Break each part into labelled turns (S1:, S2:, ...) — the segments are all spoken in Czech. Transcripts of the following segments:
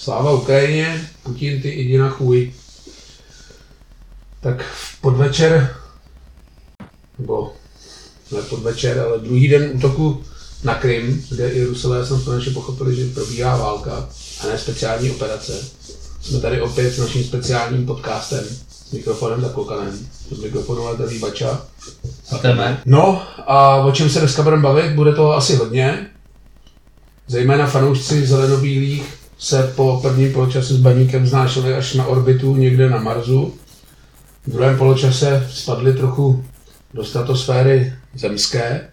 S1: Sláva Ukrajině, Putin ty jdi na chůj. Tak v podvečer, nebo ne podvečer, ale druhý den útoku na Krym, kde i Rusové jsem konečně pochopili, že probíhá válka a ne speciální operace. Jsme tady opět s naším speciálním podcastem s mikrofonem za Klokanem. Z mikrofonu je tady Bača. No a o čem se dneska budeme bavit, bude toho asi hodně. Zejména fanoušci zelenobílých se po prvním poločase s Baníkem vznášeli až na orbitu někde na Marsu. V druhém poločase spadli trochu do stratosféry zemské,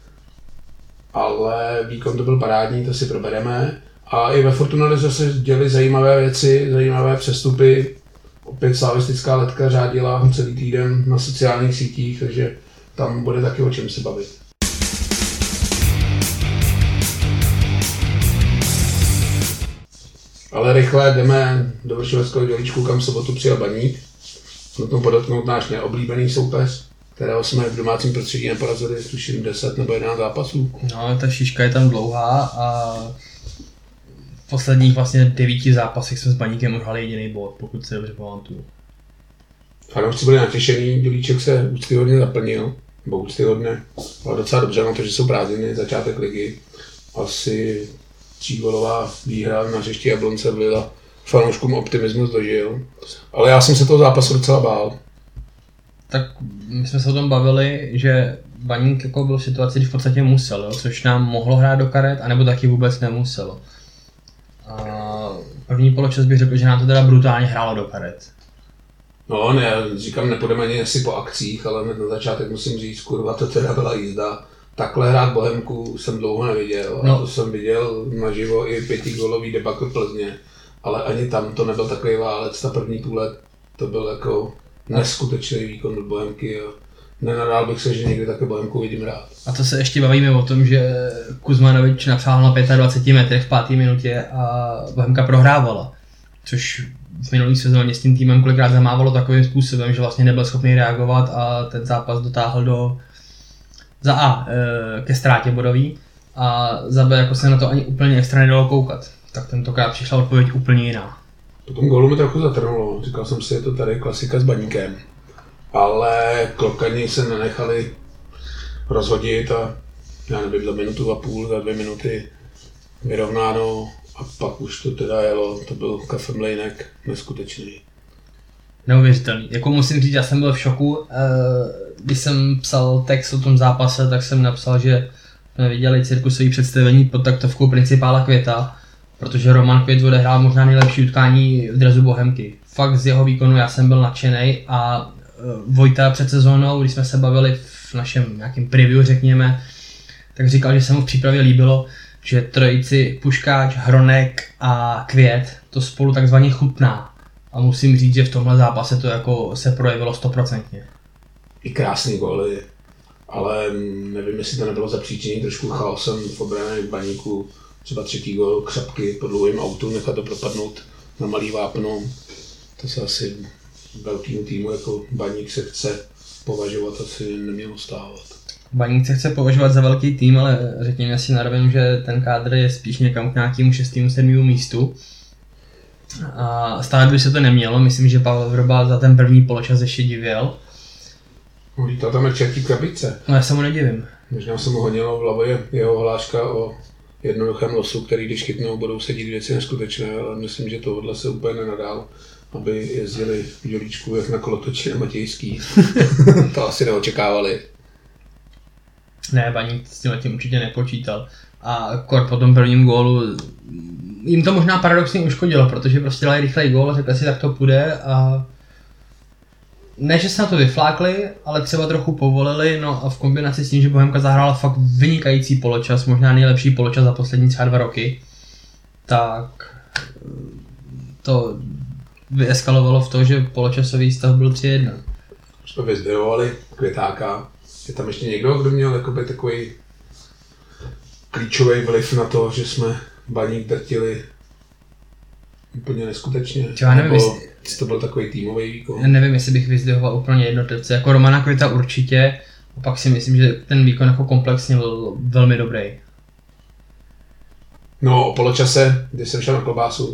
S1: ale výkon to byl parádní, to si probereme. A i ve Fortunalize se děly zajímavé věci, zajímavé přestupy. Opět slavistická letka řádila celý týden na sociálních sítích, takže tam bude taky o čem se bavit. Ale rychle jdeme do vršoveckého dělíčku, kam v sobotu přijel Baník. Nutno podotknout náš neoblíbený soupeř, kterého jsme v domácím prostředí neporazili, tuším 10 nebo 11 zápasů.
S2: No, ta šíška je tam dlouhá a v posledních vlastně 9 zápasech jsme s Baníkem uhrali jediný bod, pokud se dobře pamatuju.
S1: Fanoušci byli natěšený, dělíček se úctyhodně zaplnil, nebo úctyhodně, ale docela dobře na to, že jsou prázdniny, začátek ligy. Asi 3gólová výhra na hřišti Jablonce vlila fanouškům optimismus dožil, ale já jsem se toho zápasu docela bál.
S2: Tak my jsme se o tom bavili, že Baník jako byl v situaci, kdy v podstatě musel, jo? Což nám mohlo hrát do karet, anebo taky vůbec nemuselo. A první poločas bych řekl, že nám to teda brutálně hrálo do karet.
S1: No, ne, říkám, nepůjdeme ani asi po akcích, ale na začátek musím říct, kurva, to teda byla jízda. Takhle hrát Bohemku jsem dlouho neviděl, no. A to jsem viděl naživo i 5gólový debakl Plzně, ale ani tam to nebyl takový válec, ta první půlek, to byl jako neskutečný výkon od Bohemky a nenadál bych se, že někdy také Bohemku vidím rád.
S2: A to se ještě bavíme o tom, že Kuzmanovič napřáhl na 25 metrech v 5. minutě a Bohemka prohrávala, což v minulý sezóně s tím týmem kolikrát zamávalo takovým způsobem, že vlastně nebyl schopný reagovat a ten zápas dotáhl ke ztrátě bodový a za B jako se na to ani úplně extra nedalo koukat. Tak tentokrát přišla odpověď úplně jiná.
S1: Po tom gólu mi trochu zatrnulo, říkal jsem si, je to tady klasika s Baníkem, ale Klokani se nenechali rozhodit a já nevím, za minutu a půl, za 2 minuty vyrovnáno a pak už to teda jelo, to byl kafemlejnek neskutečný.
S2: Neuvěřitelný. Jako musím říct, já jsem byl v šoku. Když jsem psal text o tom zápase, tak jsem napsal, že jsme viděli cirkusové představení pod taktovkou principála Květa, protože Roman Květ odehrál možná nejlepší utkání v dresu Bohemky. Fakt z jeho výkonu já jsem byl nadšenej a Vojta před sezónou, když jsme se bavili v našem nějakém preview, řekněme, tak říkal, že se mu v přípravě líbilo, že trojici Puškáč, Hronek a Květ to spolu takzvaně chutná. A musím říct, že v tomhle zápase to jako se projevilo 100%.
S1: I krásný góly, ale nevím, jestli to nebylo zapříčiněné trošku chaosem v obraně Baníku. Třeba 3. gól Křapky po dlouhém autu, nechat to propadnout na malý vápno. To se asi velkým týmu jako Baník se chce považovat, asi nemělo stávat.
S2: Baník se chce považovat za velký tým, ale řekněme si na rovinu, že ten kádr je spíš někam k nějakému 6. 7. místu. A stát by se to nemělo, myslím, že Pavel Vrba za ten první poločas ještě divěl.
S1: Lítá tam čertí krabice.
S2: No já se mu nedivím.
S1: Možná se mu honilo v hlavě jeho hláška o jednoduchém losu, který když chytnou, budou se dít věci neskutečné, ale myslím, že tohle se úplně nenadál, aby jezdili v dělíčku jak na kolotoči na Matějský. To asi neočekávali.
S2: Ne, Baník s tím určitě nepočítal. A kor po tom prvním gólu jim to možná paradoxně uškodilo, protože prostě dali rychlej gól a řekli si, tak to půjde a ne, že se na to vyflákli, ale třeba trochu povolili, no a v kombinaci s tím, že Bohemka zahrála fakt vynikající poločas, možná nejlepší poločas za poslední třeba 2 roky, tak to vyeskalovalo v to, že poločasový stav byl 3-1.
S1: Jsme vyzdvojovali Květáka. Je tam ještě někdo, kdo měl jakoby takový klíčový vliv na to, že jsme Baník drtili úplně neskutečně?
S2: Já nevím,
S1: jestli to byl takový týmový výkon?
S2: Já nevím, jestli bych vyzdvihoval úplně jednotlivce. Jako Romana Květa určitě, a pak si myslím, že ten výkon jako komplexně byl velmi dobrý.
S1: No o poločase, když jsem šel na klobásu,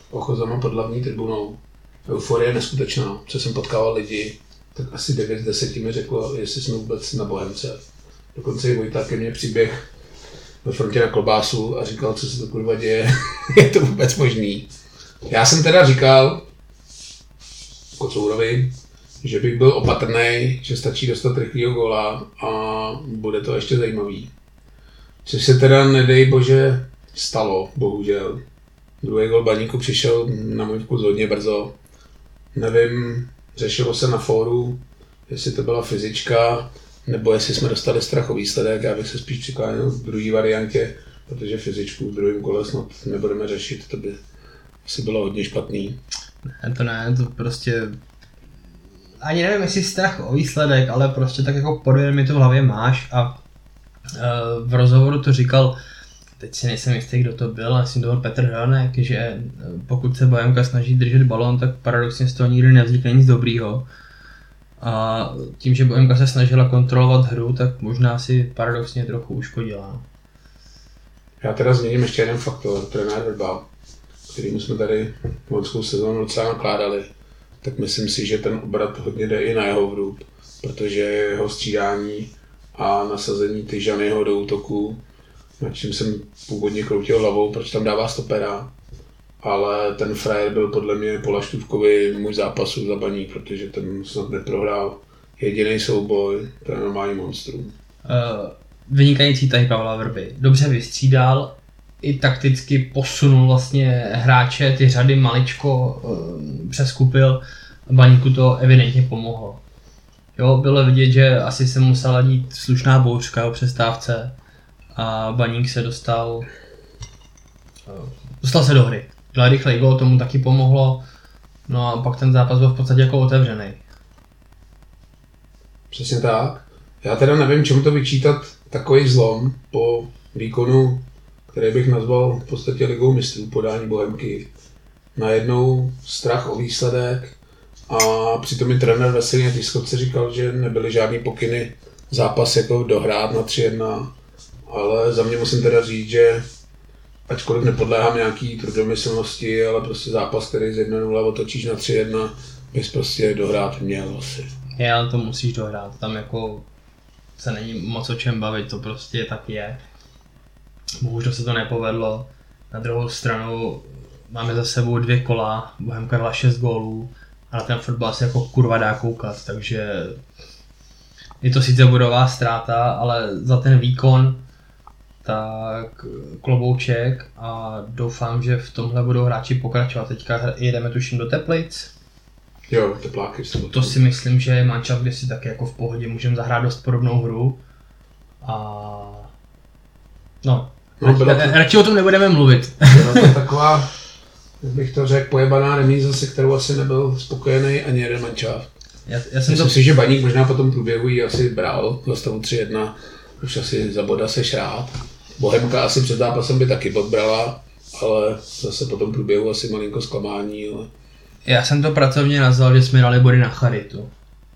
S1: Ochozama pod hlavní tribunou. Euforie neskutečná, co jsem potkával lidi, tak asi 9 z 10 mi řeklo, jestli jsme vůbec na Bohemce. Dokonce i Vojta ke mně přiběh ve frontě na klobásu a říkal, co se to kurva děje, je to vůbec možný. Já jsem teda říkal Kocourovi, že bych byl opatrnej, že stačí dostat rychlýho góla a bude to ještě zajímavý. Což se teda, nedej bože, stalo, bohužel. Druhý gól Baníku přišel na můj vkus hodně brzo. Nevím, řešilo se na fóru, jestli to byla fyzička, nebo jestli jsme dostali strach o výsledek. Já bych se spíš přikláněl v druhé variantě, protože fyzičku v druhém kole snad nebudeme řešit, to by asi bylo hodně špatný.
S2: Ne, to prostě... Ani nevím, jestli strach o výsledek, ale prostě tak jako podvědomě to v hlavě máš a v rozhovoru to říkal, teď si nejsem jistý, kdo to byl, asi to byl Petr Hranek, že pokud se Bohemka snaží držet balón, tak paradoxně z toho nikdy nevznikne nic dobrýho. A tím, že Bohemka se snažila kontrolovat hru, tak možná si paradoxně trochu uškodila.
S1: Já teda změním ještě jeden faktor, trenér Vrba, kterým jsme tady loňskou sezónu docela nakládali. Tak myslím si, že ten obrat hodně jde i na jeho vrub, protože jeho střídání a nasazení Tyžanyho do útoku, nad čím jsem původně kroutil hlavou, proč tam dává stopera, ale ten frajer byl podle mě po Laštůvkovi můj zápasu za Baník, protože ten snad neprohrál jediný souboj, to je normální monstrum.
S2: Vynikající tahy Pavla Vrby. Dobře vystřídal, i takticky posunul vlastně hráče, ty řady maličko přeskupil, Baníku to evidentně pomohlo. Jo, bylo vidět, že asi se musela dít slušná bouřka o přestávce a Baník se dostal se do hry. Dal rychlej gól, tomu taky pomohlo, no a pak ten zápas byl v podstatě jako otevřený.
S1: Přesně tak. Já teda nevím, čemu to vyčítat takový zlom po výkonu, který bych nazval v podstatě ligou mistrů, podání Bohemky. Najednou strach o výsledek a přitom i trenér Veselý na tiskovce říkal, že nebyly žádný pokyny zápas jako dohrát na 3-1, ale za mě musím teda říct, že ačkoliv nepodléhám nějaký tvrdomyslnosti, ale prostě zápas, který z 1-0 otočíš na 3-1, bys prostě dohrát měl asi.
S2: Já to musíš dohrát, tam jako se není moc o čem bavit, to prostě tak je. Bohužel se to nepovedlo. Na druhou stranu máme za sebou 2 kola, Bohemka dala 6 gólů a na ten fotbal se jako kurva dá koukat, takže je to sice bodová ztráta, ale za ten výkon tak klobouček a doufám, že v tomhle budou hráči pokračovat. Teďka jedeme tuším do Teplic.
S1: Jo, Tepláky.
S2: To si myslím, že je mančaft, kde si taky jako v pohodě můžeme zahrát dost podobnou hru. A radši o tom nebudeme mluvit.
S1: Byla to taková, jak bych to řekl, pojebaná remíza, se kterou asi nebyl spokojený ani jeden mančaft. Myslím si, že Baník možná po tom průběhu ji asi bral za stavu 3-1, už asi za boda seš rád. Bohemka asi před zápasem by taky podbrala, ale zase po tom průběhu asi malinko zklamání. Ale...
S2: Já jsem to pracovně nazval, že jsme dali body na charitu.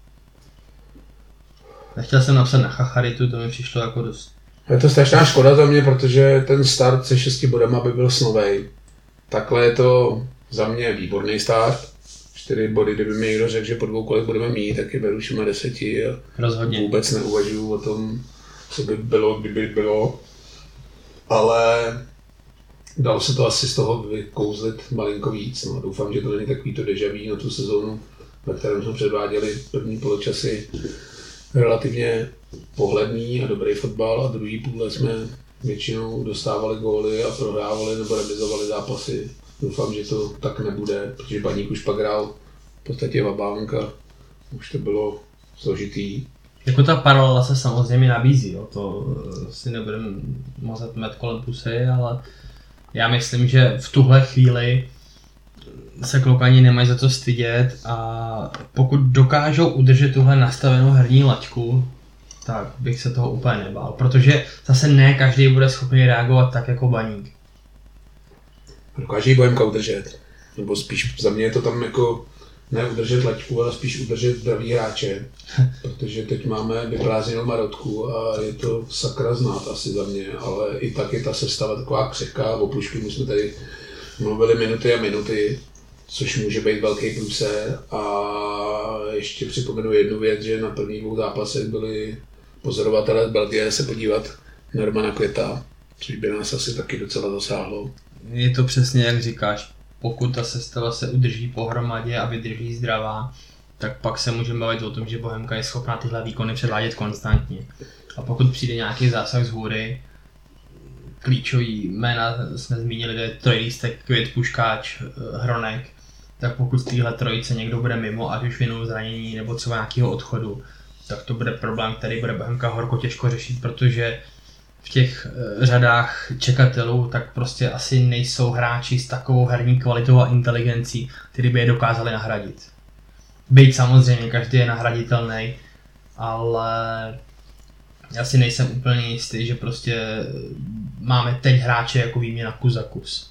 S2: Nechtěl jsem napsat na charitu, to mi přišlo jako dost.
S1: Je to strašná škoda za mě, protože ten start se 6 bodama by byl snovej. Takhle je to za mě výborný start. 4 body, kdyby mi někdo řekl, že po 2 kolech budeme mít, tak je beru na 10 a
S2: rozhodně.
S1: Vůbec neuvažuju o tom, co by bylo, kdyby bylo. Ale dalo se to asi z toho vykouzlit malinko víc. No. Doufám, že to není takový to déjà vu na tu sezónu, ve kterém jsme předváděli první poločasy relativně pohledný a dobrý fotbal a druhý půle jsme většinou dostávali góly a prohrávali nebo remizovali zápasy. Doufám, že to tak nebude, protože Baník už pak hrál v podstatě vabánk a už to bylo složitý.
S2: Jako ta paralela se samozřejmě nabízí, jo. To si nebudeme mazat med kolem pusy, ale já myslím, že v tuhle chvíli se klokani nemají za to stydět a pokud dokážou udržet tuhle nastavenou herní laťku, tak bych se toho úplně nebál, protože zase ne každý bude schopný reagovat tak jako Baník.
S1: Dokáže ji Bohemka udržet, nebo spíš za mě je to tam jako ne udržet laťku, ale spíš udržet zdravý hráče, protože teď máme vyprázdněnou Marotku a je to sakra znát asi za mě, ale i tak je ta sestava taková křehká, o Plušky jsme tady mluvili minuty a minuty, což může být velký průser. A ještě připomenu jednu věc, že na prvních 2 zápasech byli pozorovatelé z Belgie se podívat na Romana Květa, což by nás asi taky docela zasáhlo.
S2: Je to přesně jak říkáš, pokud ta sestava se udrží pohromadě a vydrží zdravá, tak pak se můžeme bavit o tom, že Bohemka je schopná tyhle výkony předvádět konstantně. A pokud přijde nějaký zásah z hůry, klíčový jména jsme zmínili, to je trojlístek, Květ, Puškáč, Hronek, tak pokud z téhle trojice někdo bude mimo, ať už vinou zranění nebo třeba nějakého odchodu, tak to bude problém, který bude Bohemka horko těžko řešit, protože v těch řadách čekatelů tak prostě asi nejsou hráči s takovou herní kvalitou a inteligencí, který by je dokázali nahradit. Byť samozřejmě každý je nahraditelný, ale já si nejsem úplně jistý, že prostě máme teď hráče jako výměna kus za kus.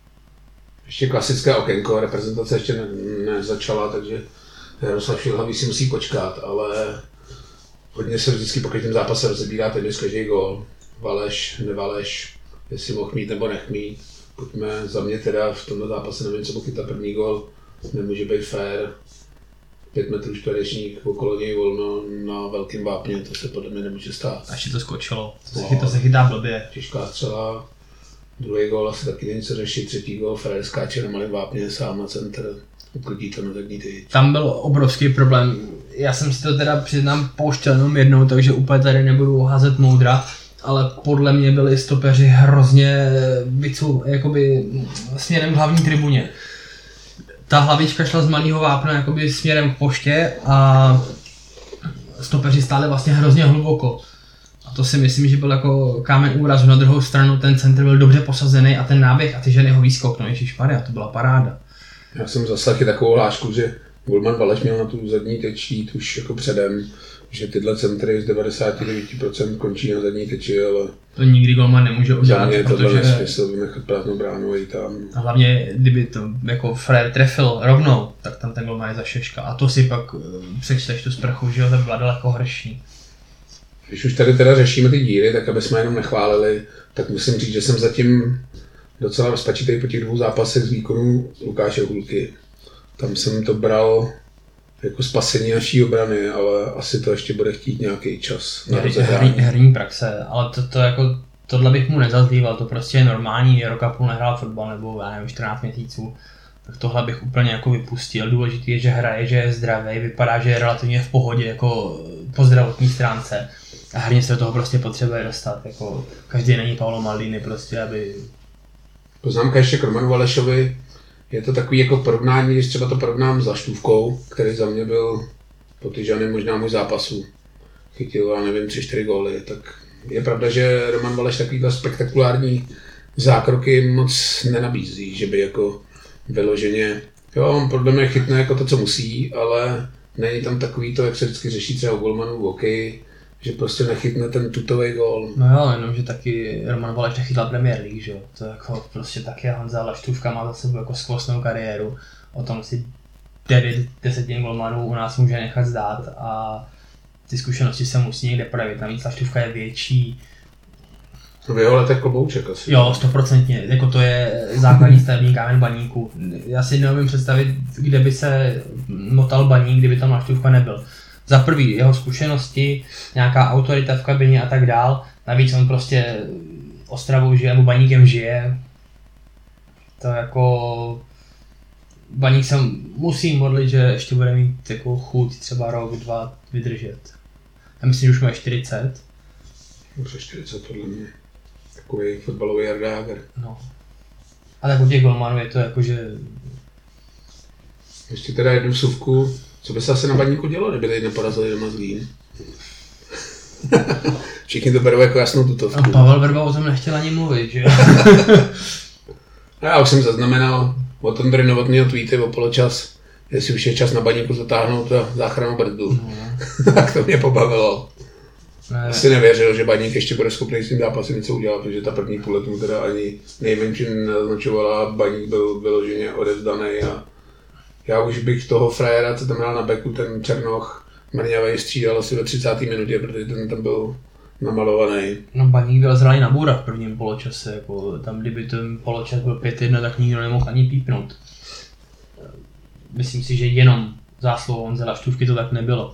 S1: Ještě klasické okénko, reprezentace ještě nezačala, takže Jaroslav Šilhavý si musí počkat, ale hodně se vždycky po každém zápase rozebírá téměř každý gól. Valeš, nevaleš, jestli mohl mít nebo nech mít. Pojďme za mě teda v tomto zápase, nevím, co mohl chytat první gól, nemůže být fair. 5 metrů čtverečních, okolo něj volno na velkém vápně, to se podle mě nemůže stát.
S2: A ještě to skočilo, to se chytá blbě.
S1: Těžká střela, druhý gól asi taky není co řešit, třetí gól, Ferrer skáče na malém vápně, sám na centr, uklidí to na zadní tyč.
S2: Tam byl obrovský problém, já jsem si to teda přiznám pouštěl jenom jednou, takže úplně tady nebudu házet moudra, ale podle mě byli stopeři hrozně jakoby směrem k hlavní tribuně. Ta hlavička šla z malého vápna jakoby směrem k poště a stopeři stáli vlastně hrozně hluboko. A to si myslím, že byl jako kámen úrazu. Na druhou stranu ten centr byl dobře posazený a ten náběh a ty ženy ho výskok, no ježišmarja, to byla paráda.
S1: Já jsem zaslechl takovou hlášku, že golman Valeš měl na tu zadní teč jít už jako předem, že tyhle centry z 99% končí na zadní teči, ale
S2: to nikdy golman nemůže udělat,
S1: za mě
S2: protože
S1: tohle nesmysl vynechat prázdnou bránu a jít tam.
S2: A hlavně, kdyby to jako Frér trefil rovnou, tak tam ten golman je za šeška a to si pak přečteš tu sprchu, že jo, to byla daleko horší.
S1: Když už tady teda řešíme ty díry, tak aby jsme jenom nechválili, tak musím říct, že jsem zatím docela rozpačitý po těch 2 zápasech z výkonu Lukáše Hulky. Tam jsem to bral jako spasení naší obrany, ale asi to ještě bude chtít nějaký čas na rozehrání.
S2: Herní praxe, ale to jako, tohle bych mu nezazlíval, to prostě je normální, rok a půl nehrál fotbal nebo já nevím, 14 měsíců. Tak tohle bych úplně jako vypustil. Důležité je, že hraje, že je zdravý, vypadá, že je relativně v pohodě jako po zdravotní stránce. A herně se do toho prostě potřebuje dostat, jako každý není Paolo Maldini prostě, aby...
S1: Poznámka ještě k Romanu Valešovi, je to takový jako porovnání, když třeba to porovnám s Laštůvkou, který za mě byl po Tyžany možná můj zápasu. Chytil, já nevím, 3-4 góly, tak je pravda, že Roman Valeš takovýhle spektakulární zákroky moc nenabízí, že by jako vyloženě, jo, on podle mě chytne jako to, co musí, ale není tam takový to, jak se vždycky řeší třeba u golmanů v hokeji, že prostě nechytne ten tutový gól.
S2: No jo, jenom, že taky Roman Valeš nechytal Premier League, že jo, to jako prostě taky Honza Laštůvka má za sebou jako skvostnou kariéru, o tom si 9-10 golmanů u nás může nechat zdát a ty zkušenosti se musí někde projevit, navíc Laštůvka je větší.
S1: V jeho letech klobouček asi.
S2: Jo, 100%, jako to je základní stavební kámen Baníku. Já si neumím představit, kde by se motal Baník, kdyby tam Laštůvka nebyl. Za prvý jeho zkušenosti, nějaká autorita v kabině a tak dál, navíc on prostě Ostravou žije, nebo Baníkem žije. To jako... Baník se musí modlit, že ještě bude mít jako chuť třeba rok, 2 vydržet. Já myslím, že už má 40.
S1: Už 40 podle mě. Takový fotbalový Jarda Jager.
S2: No. A tak u těch golmanů je to jako, že...
S1: Ještě teda jednu vsuvku. Co by se asi na Baníku dělo, kdyby tady neporazili doma Zlín? Všichni to berou jako jasnou tutovku.
S2: A Pavel Vrba o tom nechtěl ani mluvit, že jo?
S1: Já už jsem zaznamenal od Ondry Novotného tweety o poločas, jestli už je čas na Baníku zatáhnout záchranu brzdu. No. Tak to mě pobavilo. Ne. Asi nevěřil, že Baník ještě bude schopný s tím zápasem něco udělat, protože ta první půllet mu teda ani nejmenší neznačovala, Baník byl vyloženě odevzdaný a já už bych toho frajera, co tam hrál na beku, ten Černoch, mrňavej, střídal asi ve 30. minutě, protože ten tam byl namalovaný.
S2: No Baník byl zralý na bůra v prvním poločase, jako tam kdyby ten poločas byl 5-1, tak nikdo nemohl ani pípnout. Myslím si, že jenom zásluhou Honzy Laštůvky to tak nebylo.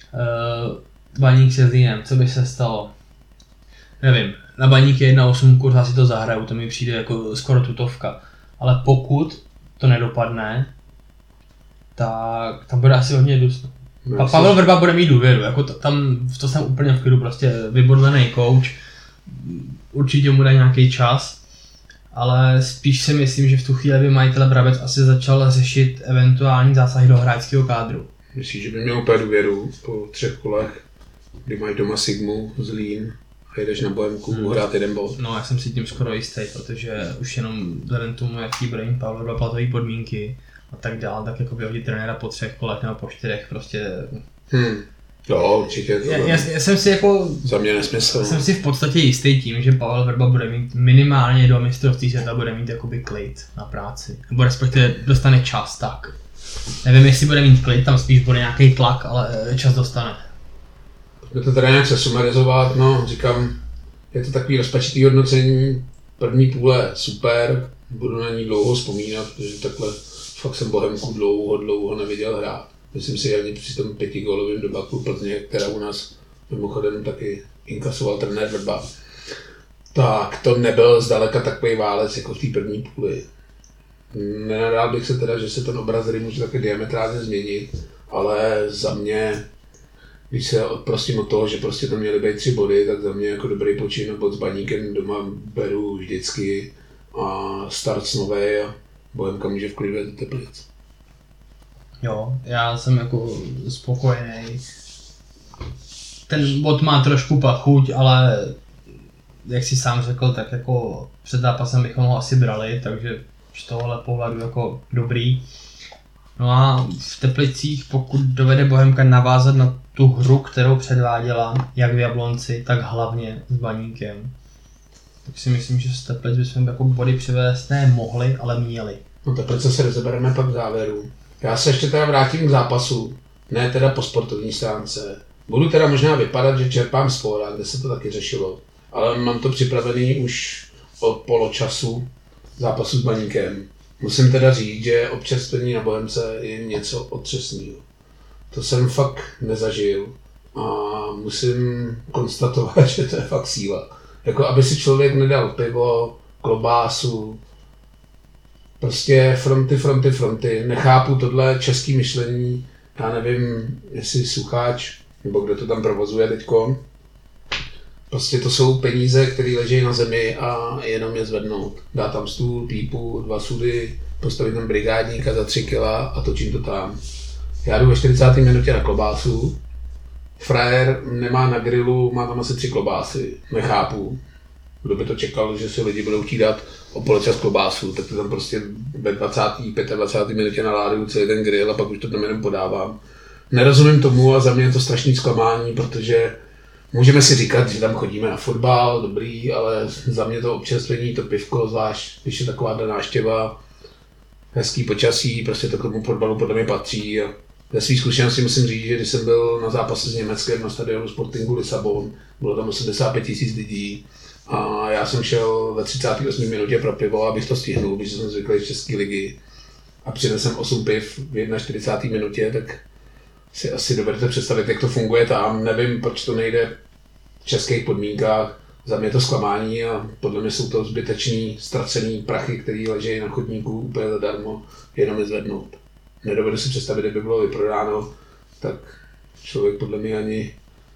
S2: Baník se Zlínem, co by se stalo? Nevím, na Baník je 1-8 kurz, asi to zahraju, to mi přijde jako skoro tutovka. Ale pokud to nedopadne, tak tam bude asi hodně dusno. A Pavel Vrba bude mít důvěru, jako tam to jsem úplně v klidu, prostě vyborlený coach, určitě mu dají nějaký čas, ale spíš si myslím, že v tu chvíli by majitel Brabec asi začal řešit eventuální zásahy do hráčského kádru.
S1: Myslíš, že by měl úplně důvěru po 3 kolech, kdy mají doma Sigmu, Zlín a jedeš na Bohemku hrát jeden bod?
S2: No, já jsem si tím skoro jistý, protože už jenom vzhledem tomu, jaký bude mít Pavel Vrba platové podmínky a tak dále, tak jako vyhodit trenéra po 3 kolech nebo po 4 prostě...
S1: Jo, určitě.
S2: Já jsem si jako...
S1: Za mě nesmysl.
S2: Jsem si v podstatě jistý tím, že Pavel Vrba bude mít minimálně do mistrovství světa, bude mít jakoby klid na práci. Nebo respektive dostane čas, tak. Nevím, jestli bude mít klid, tam spíš bude nějaký tlak, ale čas dostane.
S1: Pojďme to teda nějak sesumarizovat, no říkám, je to takový rozpačitý hodnocení, první půle super, budu na ní dlouho vzpomínat, protože takhle fakt jsem Bohemku dlouho neviděl hrát. Myslím si, ani při tom 5gólovém debaklu Plzně, která u nás mimochodem taky inkasoval trenér Vrba, tak to nebyl zdaleka takový válec jako v té první půli. Nenadál bych se teda, že se ten obraz tady může taky diametrálně změnit, ale za mě, když se odprostím od toho, že prostě tam měly být 3 body, tak za mě jako dobrý počin bod s Baníkem doma beru vždycky a start novej a Bohemka může v klidu do Teplic.
S2: Jo, já jsem jako spokojený. Ten bod má trošku pachuť, ale jak si sám řekl, tak jako před zápasem bychom ho asi brali, takže z tohohle pohledu jako dobrý. No a v Teplicích, pokud dovede Bohemka navázat na tu hru, kterou předváděla, jak v Jablonci, tak hlavně s Baníkem, tak si myslím, že z Teplic bychom jako body přivést ne mohli, ale měli.
S1: No Teplice se rozebereme pak v závěru. Já se ještě teda vrátím k zápasu, ne teda po sportovní stránce. Budu teda možná vypadat, že čerpám z fóra, kde se to taky řešilo, ale mám to připravený už od poločasu zápasu s Baníkem. Musím teda říct, že občerstvení na Bohemce je něco otřesného. To jsem fakt nezažil a musím konstatovat, že to je fakt síla. Jako aby si člověk nedal pivo, klobásu, prostě fronty. Nechápu tohle český myšlení, já nevím, jestli Sucháč, nebo kdo to tam provozuje teďko. Prostě to jsou peníze, které leží na zemi a jenom je zvednout. Dá tam stůl, pípu, 2 sudy, postavit tam brigádníka za 3 kila a točím to tam. Já jdu ve 40. minutě na klobásu, frajer nemá na grilu, má tam asi 3 klobásy, nechápu. Kdo by to čekal, že si lidi budou chtít dát o poločas klobásu, tak to tam prostě ve 25. minutě naláduju celý ten grill a pak už to tam jenom podávám. Nerozumím tomu a za mě je to strašný zklamání, protože můžeme si říkat, že tam chodíme na fotbal, dobrý, ale za mě to občerstvení, to pivko, zvlášť když je taková návštěva, hezký počasí, prostě to k tomu fotbalu podle mě patří. A ze svých zkušeností musím říct, že když jsem byl na zápase s Německem na stadionu Sportingu Lisabon, bylo tam 85 000 lidí a já jsem šel ve 38. minutě pro pivo, abych to stihnul, protože jsem zvyklý z České ligy a přinesem 8 piv v 41. minutě, tak si asi dovedete představit, jak to funguje tam. Nevím, proč to nejde v českých podmínkách. Za mě to zklamání a podle mě jsou to zbytečný, ztracený prachy, které leží na chodníku úplně zadarmo, jenom je zvednout. Nedovedu si představit, kdyby bylo vyprodáno, tak člověk podle mě ani...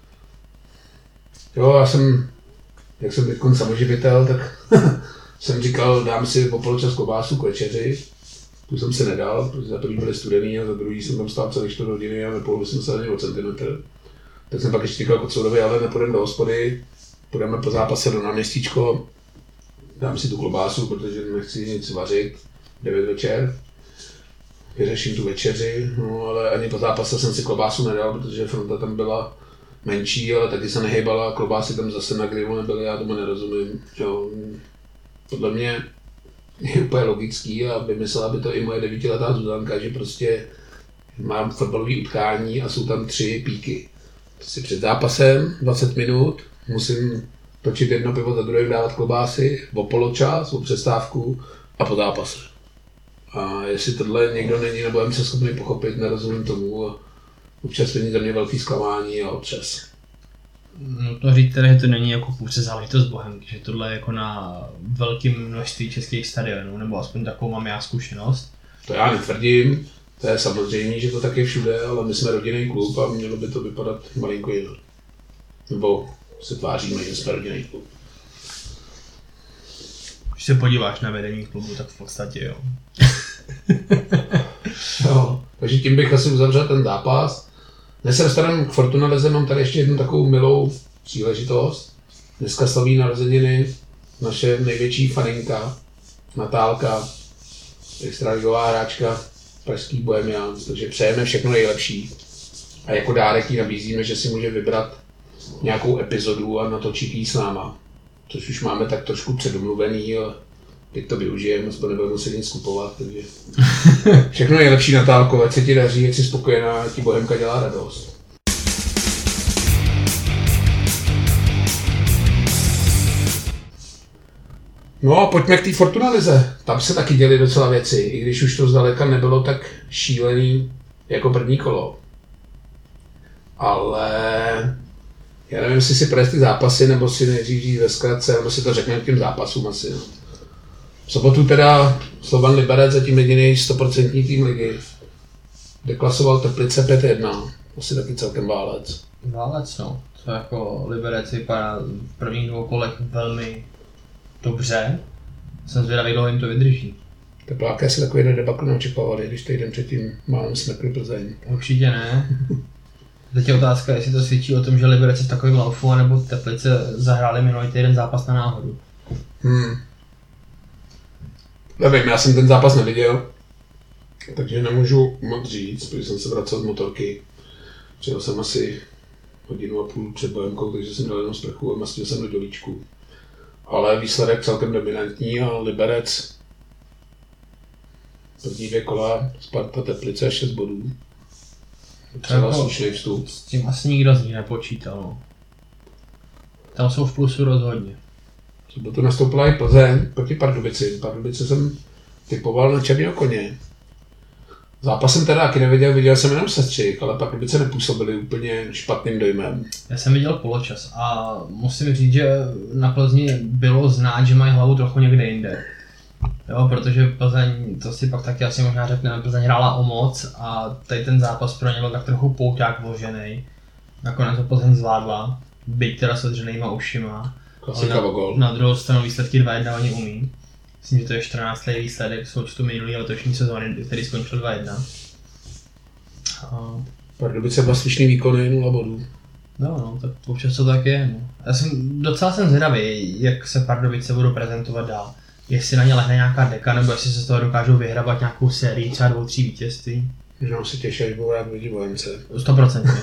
S1: Jo, jak jsem teď samoživitel, tak jsem říkal, dám si o poločas klobásu k večeři. Tu jsem si nedal, protože za první byly studený a za druhý jsem tam stál celý 4 hodiny a nepohl jsem se ani o centimetr. Tak jsem pak ještě říkal Kocourovi, ale nepůjdeme do hospody, půjdeme po zápase do náměstíčko, dám si tu klobásu, protože nechci nic vařit, 9 večer. Vyřeším tu večeři, no ale ani po zápase jsem si klobásu nedal, protože fronta tam byla menší, ale taky se nehejbala, klobásy tam zase na grilu nebyly, já tomu nerozumím. Jo. Podle mě je úplně logický a vymyslela by to i moje 9letá Zuzanka, že prostě mám fotbalové utkání a jsou tam 3 píky. Prostě před zápasem 20 minut, musím točit jedno pivo za druhým, dávat klobásy, o poločas, o přestávku a po zápase. A jestli tohle někdo není nebo je se schopný pochopit, nerozumím tomu a občas není za mě velký zklamání a otřes.
S2: No to říct teda, že to není jako pouze záležitost Bohemky, že tohle je jako na velkém množství českých stadionů, nebo aspoň takovou mám já zkušenost.
S1: To já netvrdím, to je samozřejmě, že to tak je všude, ale my jsme rodinný klub a mělo by to vypadat malinko jinak. Nebo se tváříme, že jsme rodinný klub.
S2: Když se podíváš na vedení klubu, tak v podstatě jo.
S1: Jo, takže tím bych asi uzavřel ten zápas. Než se dostaneme k Fortuna Lize, mám tady ještě jednu takovou milou příležitost. Dneska slaví narozeniny naše největší faninka, Natálka, extraligová hráčka pražských Bohemians, takže přejeme všechno nejlepší. A jako dárek jí nabízíme, že si může vybrat nějakou epizodu a natočit jí s náma. Což už máme tak trošku předomluvený, ale teď to využijeme, aspoň nebudeme muset nic kupovat, takže všechno nejlepší, Natálko, ať se ti daří, ať jsi spokojená, ať ti Bohemka dělá radost. No a pojďme k té Fortuna Lize. Tam se taky děly docela věci, i když už to zdaleka nebylo tak šílený jako první kolo. Ale já nevím, jestli si projekt ty zápasy, nebo si nejdřív říct ve zkratce, nebo si to řekneme k těm zápasům asi. No. V sobotu teda Slovan Liberec, zatím jediný 100% tým ligy. Deklasoval Teplice 5-1, asi taky celkem válec.
S2: Válec, no. To jako Liberec vypadá v prvních dvou kolech velmi dobře. Jsem zvědavý, dlouho jim to vydrží.
S1: Tepláky asi takový debakl neočekávali, když týden předtím málem smekli Plzeň.
S2: Určitě ne. Teď je otázka, jestli to svědčí o tom, že Liberec je v takovým laufu, nebo Teplice zahráli minulý týden zápas na náhodu.
S1: Nevím, já jsem ten zápas neviděl, takže nemůžu moc říct, protože jsem se vracel z motorky. Přijel jsem asi 1,5 hodiny před Bohemkou, takže jsem dal jenom sprchu a mastil jsem do dolíčku. Ale výsledek celkem dominantní a Liberec první 2 kola, Sparta Teplice 6 bodů. Třeba slušný vstup.
S2: S tím asi nikdo z nich nepočítal. No. Tam jsou v plusu rozhodně.
S1: V sobotu nastoupila i Plzeň proti Pardubici. Pardubice jsem typoval na černého koně. Zápas jsem teda taky neviděl, viděl jsem jenom sestřih, ale Pardubice nepůsobily úplně špatným dojmem.
S2: Já jsem viděl poločas a musím říct, že na Plzni bylo znát, že mají hlavu trochu někde jinde. Jo, protože Plzeň, to si pak taky asi možná řekneme, Plzeň hrála o moc a tady ten zápas pro ně byl tak trochu pouťák vložený. Nakonec to Plzeň zvládla, byť teda s odřenýma ušima. Na druhou stranu výsledky 2-1 oni umí. Myslím, že to je 14. výsledek z součtu minulý letošní sezóny, který skončil 2-1.
S1: Pardubice byla slyšný výkony, 0 bodů.
S2: No, tak občas to tak je. No. Docela jsem zvědavý, jak se Pardubice budou prezentovat dál. Jestli na ně lehne nějaká deka, nebo jestli se z toho dokážou vyhrabat nějakou sérii, třeba 2-3 vítězství.
S1: Možná si těší, až budou rád lidi Bohemce.
S2: 100%.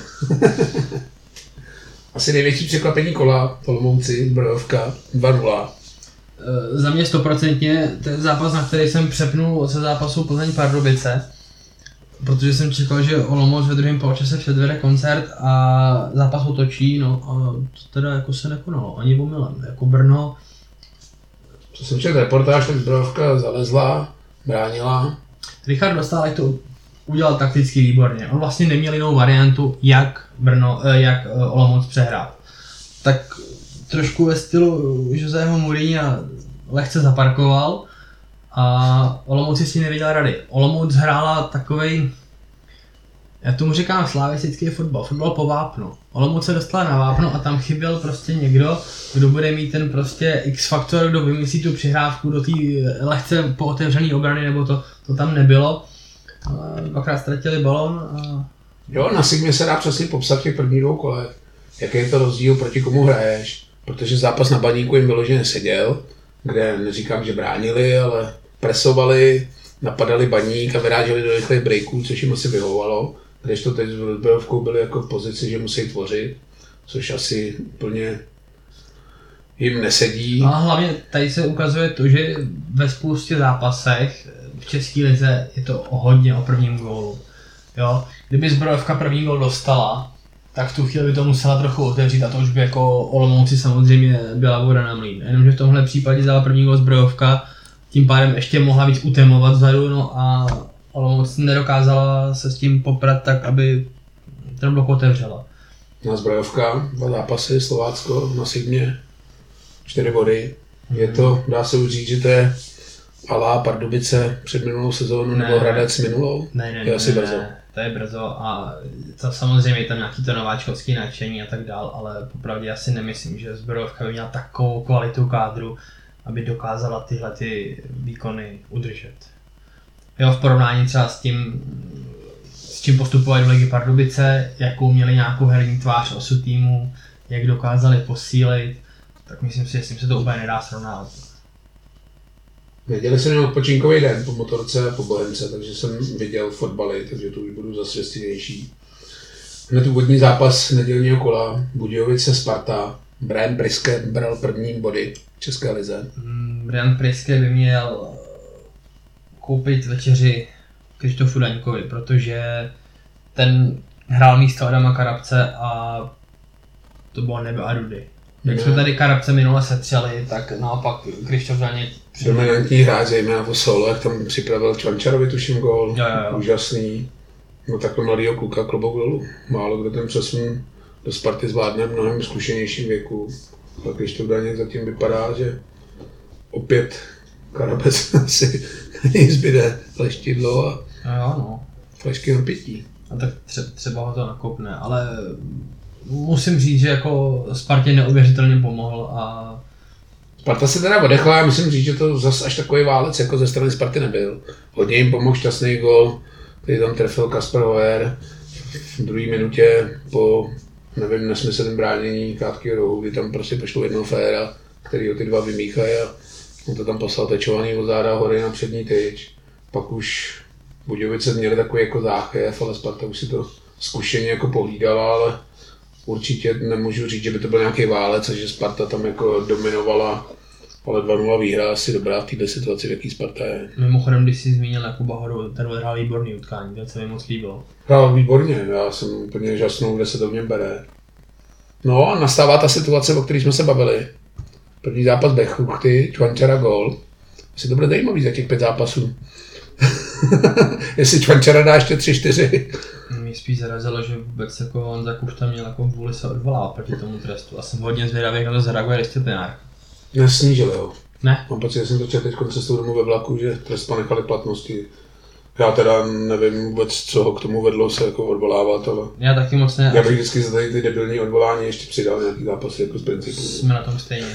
S2: Asi
S1: největší překvapení kola, Olomouci, Zbrojovka, 2-0.
S2: Za mě 100% ten zápas, na který jsem přepnul se zápasu Plzeň Pardubice. Protože jsem čekal, že Olomouc ve druhém poločase předvede koncert a zápas otočí, no a to teda jako se nekonalo, ani omylem. Jako Brno.
S1: Co jsem četl reportáž, tak Zbrojovka zalezla, bránila.
S2: Richard Dostálek to udělal takticky výborně. On vlastně neměl jinou variantu, jak Olomouc přehrát. Tak trošku ve stylu Joseho Mourinha lehce zaparkoval a Olomouc si s tím nevěděl rady. Olomouc hrála takovej, já tomu říkám slavistický fotbal po vápnu. Olomouc se dostala na vápno a tam chyběl prostě někdo, kdo bude mít ten prostě X-faktor, kdo vymyslí tu přihrávku do té lehce pootevřené obrany, nebo to tam nebylo. Dvakrát ztratili balon a...
S1: Jo, na Sigmě se dá přesně popsat v těch prvních 2 kolech. Jaký je to rozdíl, proti komu hraješ, protože zápas na Baníku jim vyloženě seděl, kde neříkám, že bránili, ale presovali, napadali Baník a vyráželi do rychlých breaků, což jim asi vyhovovalo. Když to teď s Zbrojovkou byli jako v pozici, že musí tvořit, což asi úplně jim nesedí.
S2: A hlavně tady se ukazuje to, že ve spoustě zápasech v české lize je to hodně o prvním gólu. Jo? Kdyby Zbrojovka první gól dostala, Tak v tu chvíli by to musela trochu otevřít a to už by jako Olomouci samozřejmě byla voda na mlýn. Jenomže v tomhle případě dala první gól zbrojovka, tím pádem ještě mohla víc utemovat vzadu, no a Olomouc nedokázala se s tím poprat tak, aby ten blok otevřela.
S1: Na zbrojovka, 2 zápasy, Slovácko na Sigmě, 4 body. Je to, dá se už říct, že to je alá Pardubice před minulou sezónu nebo Hradec minulou?
S2: Ne,
S1: je asi brzo.
S2: To je brzo a to samozřejmě je tam nějaký to nováčkovský nadšení a tak dál, ale popravdě já si nemyslím, že zbrojovka by měla takovou kvalitu kádru, aby dokázala tyhle ty výkony udržet. Jo, v porovnání třeba s tím, s čím postupovali do Ligy Pardubice, jakou měli nějakou herní tvář osu týmu, jak dokázali posílit, tak myslím si, že s tím se to úplně nedá srovnávat.
S1: Neděli jsem měl odpočinkový den po motorce a po Bohemce, takže jsem viděl fotbaly, takže tu už budu zase štěstější. Hned úvodní zápas nedělního kola, Budějovice Sparta, Brian Priske bral první body v České lize.
S2: Brian Priske by měl koupit večeři Krištofu Daňkovi, protože ten hrál místo Adama Karabce a to bylo nebe a rudy. Jak jsme tady Karabce minule setřeli, tak naopak Krištof Daněk
S1: dominantní hráč, zejména po solo, jak tam připravil Čvančarovi tuším gól, úžasný. No takhle mladýho kluka, klobouk dolů. Málo kdo ten přesun do Sparty zvládne v mnohem zkušenějším věku. A Krištof Daněk zatím vypadá, že opět Karabec asi zbyde leštidlo a flašky na pití.
S2: A tak třeba ho to nakopne, ale musím říct, že jako Spartě neuvěřitelně pomohl a
S1: Sparta se teda odechla, já musím říct, že to zase až takový válec jako ze strany Sparty nebyl. Hodně jim pomohl šťastný gól, který tam trefil Kasper Hoer v druhé minutě po, nevím, nesmyslném bránění krátkého rohu, kdy tam prostě pošlo jednoho féra, který ho ty dva vymíchají a on to tam poslal tečovaný od záda hory na přední tyč. Pak už Budějovice měli takový jako záchev, ale Sparta už si to zkušeně jako pohlídala, ale určitě nemůžu říct, že by to byl nějaký válec a že Sparta tam jako dominovala, ale 2-0 výhra asi dobrá v této situaci, v jaký Sparta je.
S2: Mimochodem, když jsi zmínil Jakuba Horu, ten odhrál výborný utkání, to se mi moc líbilo.
S1: Hrál výborně, já jsem úplně žasnul, kde se to v něm bere. No a nastává ta situace, o které jsme se bavili. První zápas Bechruchty, Čvančara gól. Asi to bude zajímavý za těch 5 zápasů. Jestli Čvančara dá ještě 3-4.
S2: Mě spíš zarazilo, že vůbec jako Honza Kušta měl jako vůli se odvolávat proti tomu trestu. A jsem hodně zvědavý, jak na to zareaguje disciplinár.
S1: Nesnížili ho.
S2: Ne.
S1: Mám pocit, že jsem to četl teď cestou domů ve vlaku, že trest ponechali platnosti. Já teda nevím vůbec, co ho k tomu vedlo se jako odvolávat, ale
S2: já taky moc ne.
S1: Já bych vždycky za tady ty debilní odvolání ještě přidal nějaký zápasy jako z principu.
S2: Jsme na tom stejně.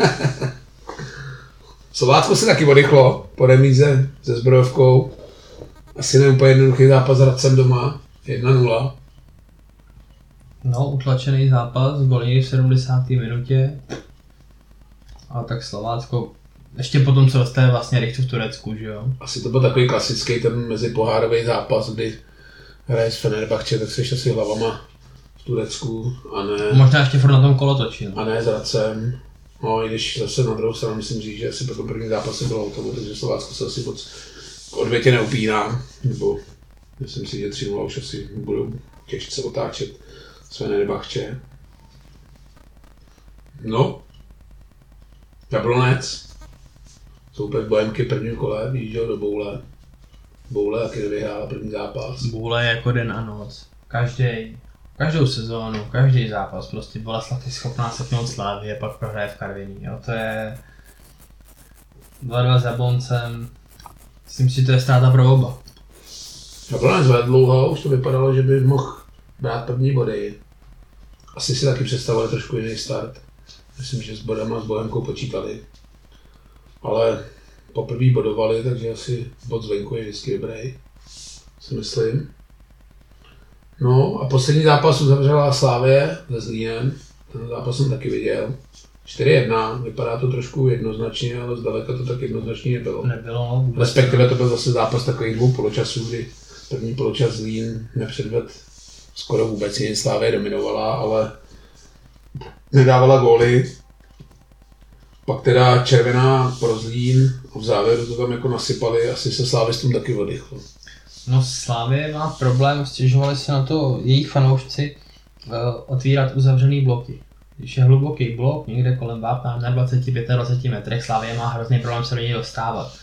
S1: Slovácko se taky oddychlo po remíze se Zbrojovkou. Asi ne úplně jednoduchý zápas s Hradcem doma, 1-0.
S2: No, utlačený zápas, golí v 70. minutě. A tak Slovácko, ještě potom se dostane vlastně rychle v Turecku, že jo?
S1: Asi to byl takový klasický ten mezipohárový zápas, kdy hraješ s Fenerbahče, tak seš asi hlavama v Turecku a ne...
S2: Možná ještě furt na tom kolotočí.
S1: A ne s Hradcem. No, i když zase na druhou stranu musím říct, že asi po tom prvním zápase bylo hotovo, takže Slovácko se asi moc k odvětě neupíná, nebo myslím si, že 3-0 už asi budou těžce otáčet s Fenerbahče. No, Jablonec, soupeř Bohemky prvním kole, vyjížděl do Boule. Boule taky nevyhrála první zápas.
S2: Boule je jako den a noc. Každou sezónu, každý zápas, prostě Boleslav je schopná setnout Slávy a pak prohraje v Karviní. Jo, to je 2-2 za Jablóncem. Myslím si, že to je ztráta pro oba.
S1: Jablonec vedl dlouho, už to vypadalo, že by mohl brát první body. Asi si taky představovali trošku jiný start. Myslím, že s bodama s Bohemkou počítali. Ale poprvé bodovali, takže asi bod zvenku je vždycky dobrý. Si myslím. No a poslední zápas uzavřela Slavie se Zlínem. Ten zápas jsem taky viděl. 4-1, vypadá to trošku jednoznačně, ale zdaleka to tak jednoznačně nebylo.
S2: Nebylo vůbec.
S1: Respektive to byl zase zápas takových 2 poločasů, kdy první poločas Zlín nepředvedl skoro vůbec nic, Slavie dominovala, ale nedávala góly. Pak teda červená pro Zlín a v závěru to tam jako nasypali, asi se Slávistům taky oddychlo.
S2: No Slavie má problém, stěžovali se na to jejich fanoušci, otvírat uzavřený bloky. Když je hluboký blok, někde kolem vápna na 25-20 metrech, Slavia má hrozný problém se do něj dostávat.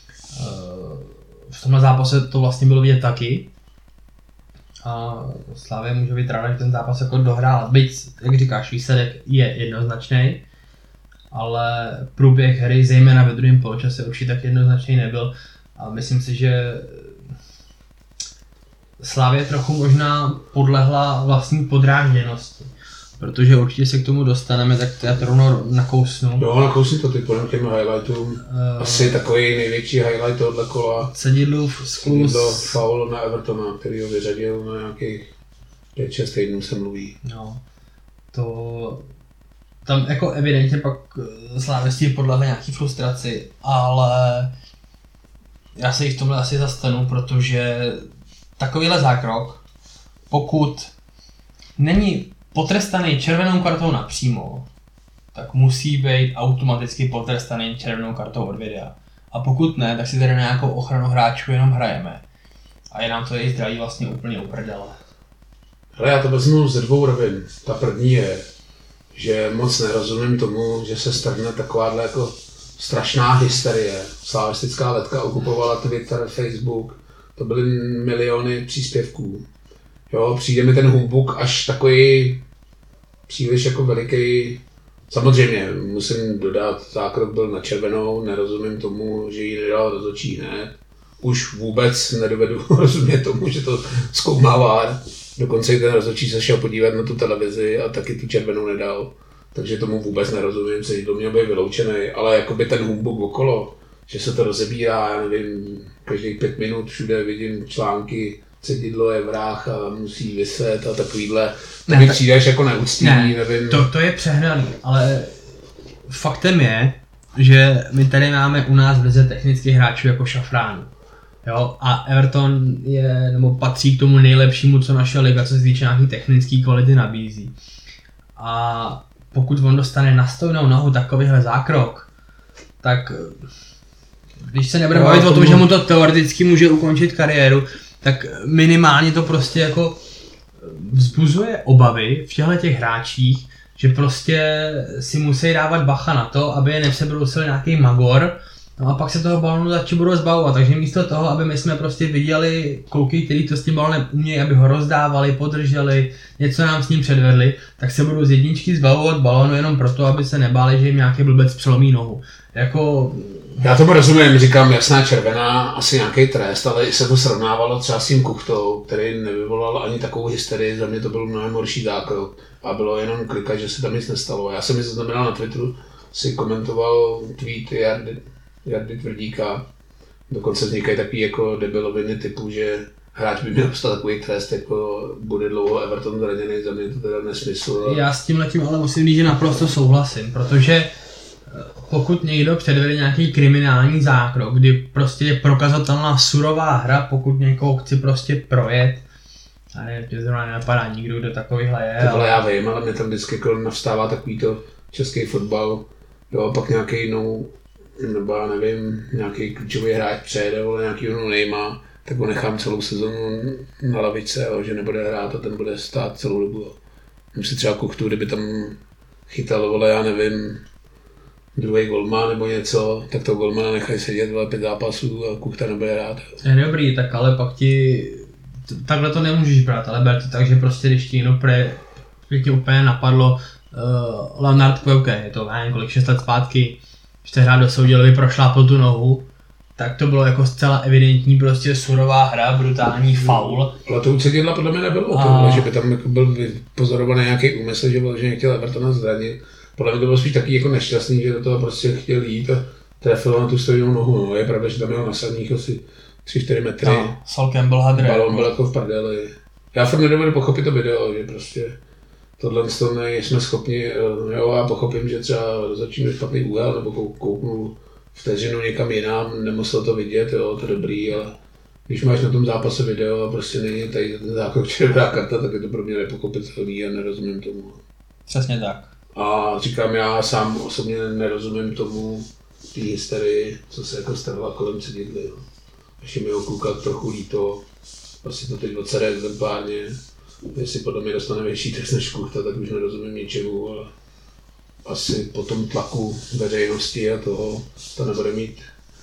S2: V tomhle zápase to vlastně bylo vidět taky. A Slavia může být ráda, že ten zápas jako dohrál. Byť, jak říkáš, výsledek je jednoznačný, ale průběh hry, zejména ve druhém poločase, určitě tak jednoznačný nebyl. A myslím si, že Slavia trochu možná podlehla vlastní podrážděnosti. Protože určitě se k tomu dostaneme, tak já to rovnou nakousnu.
S1: Jo, nakousni to ty podle těm highlightům. Asi takový největší highlight tohohle kola.
S2: Cedidlův skluz.
S1: Foul na Evertona, který ho vyřadil na nějakých 5-6 týdnů se mluví.
S2: No, to tam jako evidentně pak slávistí podlehli nějaký frustraci, ale já se jich v tomhle asi zastanu, protože takovýhle zákrok, pokud není potrestaný červenou kartou napřímo, tak musí být automaticky potrestaný červenou kartou od videa. A pokud ne, tak si tady na nějakou ochranu hráčů jenom hrajeme. A je nám to jejich zdraví vlastně úplně uprdele.
S1: Ale já to vezmu ze dvou rovin. Ta první je, že moc nerozumím tomu, že se strhne takováhle jako strašná hysterie. Slavistická letka okupovala Twitter, Facebook, to byly miliony příspěvků. Jo, přijde mi ten humbuk až takový příliš jako veliký. Samozřejmě musím dodat, zákrok byl na červenou, nerozumím tomu, že ji nedal rozhodčí hned. Už vůbec nedovedu rozumět tomu, že to zkoumá VAR. Dokonce i ten rozhodčí se šel podívat na tu televizi a taky tu červenou nedal. Takže tomu vůbec nerozumím, že to měl být vyloučený, ale jakoby ten humbuk okolo, že se to rozebírá, já nevím, každých 5 minut všude vidím články, Cedidlo je vrah a musí vyset a takovýhle, to mi přijdeš jako neúctivý, nevím.
S2: To je přehnaný, ale faktem je, že my tady máme u nás v lize technických hráčů jako šafránu. Jo, a Everton je, nebo patří k tomu nejlepšímu, co naše liga, co se týče nějaký technický kvality nabízí. A pokud on dostane na stojnou nohu takovýhle zákrok, tak když se nebudeme bavit o tom, že mu to teoreticky může ukončit kariéru, tak minimálně to prostě jako vzbuzuje obavy v těch hráčích, že prostě si musí dávat bacha na to, aby je nepřebrousil nějaký magor, no a pak se toho balonu začít budou zbavovat, takže místo toho, aby my jsme prostě viděli kluky, kteří to s tím balonem umějí, aby ho rozdávali, podrželi, něco nám s ním předvedli, tak se budou z jedničky zbavovat balonu jenom proto, aby se nebáli, že jim nějaký blbec přelomí nohu. Jako...
S1: Já tomu rozumím, říkám jasná červená, asi nějaký trest, ale se to srovnávalo třeba s tím Kuchtou, který nevyvolal ani takovou hysterii, za mě to byl mnohem horší zákrok a bylo jenom klikat, že se tam nic nestalo. Já jsem mi zaznamenal na Twitteru, si komentoval tweet Jardy Tvrdíka, dokonce vznikají takový jako debiloviny typu, že hráč by měl dostat takový trest, jako bude dlouho Everton zraněný, za mě to teda nesmysl.
S2: Já s tímhletím ale musím říct, že naprosto souhlasím, protože pokud někdo předvede nějaký kriminální zákrok, kdy prostě je prokazatelná surová hra, pokud někoho chci prostě projet, a ne, že zrovna nenapadá nikdo, kdo takovýhle je.
S1: Tohle já vím, ale mě tam vždycky jako navstává takovýto český fotbal, jo, a pak nějaký jinou, nebo já nevím, nějaký klíčový hráč přejede, ale nějaký jinou nejma, tak ho nechám celou sezonu na lavice, jo, že nebude hrát a ten bude stát celou dobu. Myslím si třeba Kuchtu, kdyby tam chytal, ale já nevím, druhý golman nebo něco, tak toho golmana nechají sedět 5 zápasů a Kuchta nebude hrát.
S2: Je dobrý, tak ale pak ti, takhle to nemůžeš brát, ale ber to tak, že prostě když ti jenom tě úplně napadlo Leonard Peuke, je to nevím kolik, 6 let zpátky, když te hrát do soudělovi prošlápl tu nohu, tak to bylo jako zcela evidentní prostě surová hra, brutální faul.
S1: Ale to u Cedidla podle mě nebylo, tohle, že by tam jako byl pozorovaný nějaký úmysl, že nechtěl Evertona zranit. Podle mě to bylo spíš taky jako nešťastný, že do toho prostě chtěl jít a trefil na tu stejnou nohu. No, je pravda, že tam měl na sadních asi 3-4 metry.
S2: No, Sol Campbell hadr.
S1: Balón byl jako v prdeli. Já fakt nedovedu pochopit to video, že prostě tohle jsme schopni, jo, já pochopím, že třeba začíná špatný úhel nebo kouknu vteřinu někam jinam, nemusel to vidět, jo, to je dobrý, ale když máš na tom zápase video a prostě není tady ten zákrok červená karta, tak je to pro mě nepochopitelný a nerozumím tomu.
S2: Přesně tak.
S1: A říkám, já sám osobně nerozumím tomu, té hysterii, co se jako strhla kolem Cedidly. Ještě mi ho kluka trochu líto, vlastně to teď odsede exemplárně, Jestli podle mě dostane větší trest než Kuchta, tak už nerozumím ničemu, ale asi po tom tlaku veřejnosti a toho to nebude mít.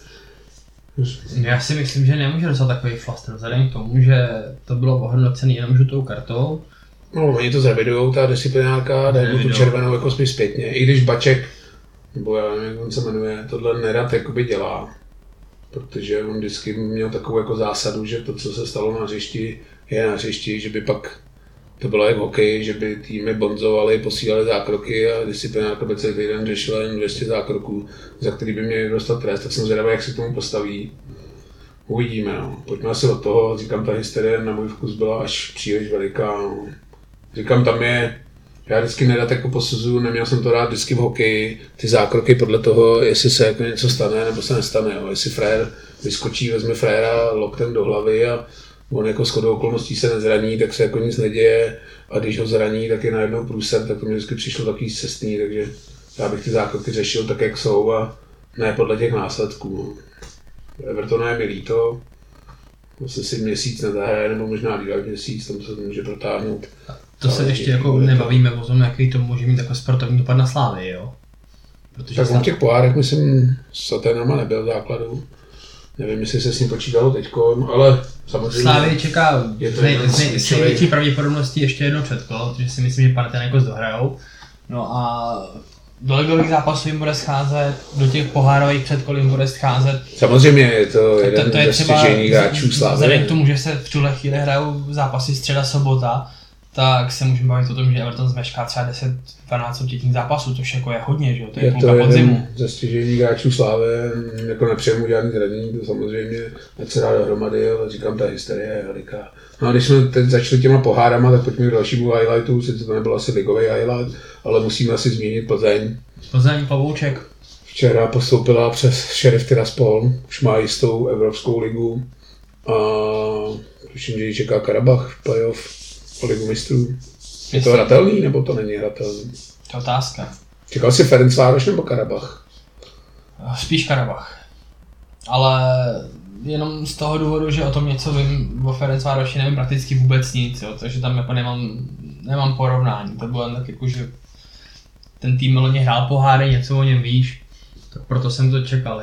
S2: Já si myslím, že nemůže dostat takový flaster, vzhledem k tomu, že to bylo ohodnocený jenom žlutou kartou.
S1: No, oni to zrevidujou, ta disciplinárka, dají mu tu červenou jako spíš zpětně, i když Baček, nebo já nevím, jak on se jmenuje, tohle nerad jakoby dělá. Protože on vždycky měl takovou jako zásadu, že to, co se stalo na hřišti, je na hřišti, že by pak to bylo jak hokej, že by týmy bonzovali, posílali zákroky a disciplinárka by celý týden řešila jen 200 zákroků, za který by měli dostat trest, tak jsem zvědavý, jak se k tomu postaví. Uvidíme, no. Pojďme asi od toho, říkám, ta hysterie na můj vkus byla až příliš veliká. No. Říkám, tam je, já vždycky nerad jako posuzuju, neměl jsem to rád vždycky v hokeji, ty zákroky podle toho, jestli se jako něco stane nebo se nestane. Jo. Jestli frér vyskočí, vezme fréra loktem do hlavy a on jako shodou okolností se nezraní, tak se jako nic neděje a když ho zraní, tak je najednou průser, tak to mi vždycky přišlo takový cestný, takže já bych ty zákroky řešil tak, jak jsou a ne podle těch následků. Evertona je mi líto, vlastně si měsíc nezahraje, nebo možná dívat měsíc, tam se může protáhnout.
S2: To se ještě jako nebavíme o tom, jaký to může mít jako sportovní dopad na Slávy, jo? Protože
S1: tak on v těch pohárech, myslím, s Aténama nebyl v základu. Nevím, jestli se s ním počítalo teďko, ale samozřejmě...
S2: Slávy čeká s největší pravděpodobností ještě jedno předkolo, protože si myslím, že Panathinaikos dohrajou. No a do ligových zápasů jim bude scházet, do těch pohárových předkol jim bude scházet.
S1: Samozřejmě je to jeden ze stěžejních hráčů Slávy.
S2: Vzhledem k tomu, že se v tuhle chvíli hrajou zápasy středa sobota, tak se můžeme bavit o tom, že Everton zmešká třeba 10-12 soutěžních zápasů, což jako je hodně, že jo, to je půlka podzimu.
S1: Ze stěžejních hráčů Slávy, jako nepřejemu žádný zranění, to samozřejmě ať se dá dohromady, ale říkám, ta hysterie je veliká. No a když jsme teď začali těma pohárama, tak pojďme k dalšímu highlightu, sice to nebyl asi ligový highlight, ale musíme asi zmínit Plzeň.
S2: Plzeň, Pavouček.
S1: Včera postoupila přes Sheriff Tiraspol, už má jistou Evropskou ligu a tuším, že ji čeká Karabach v playoff o ligu mistrů. Je to hratelný, nebo to není hratelný?
S2: To je otázka.
S1: Čekal jsi Ferencvároš nebo Karabach?
S2: Spíš Karabach. Ale jenom z toho důvodu, že o tom něco vím, o Ferencvároši nevím prakticky vůbec nic, jo, takže tam jako nemám porovnání. To bylo tak jako, že ten tým loni hrál poháry, něco o něm víš, tak proto jsem to čekal.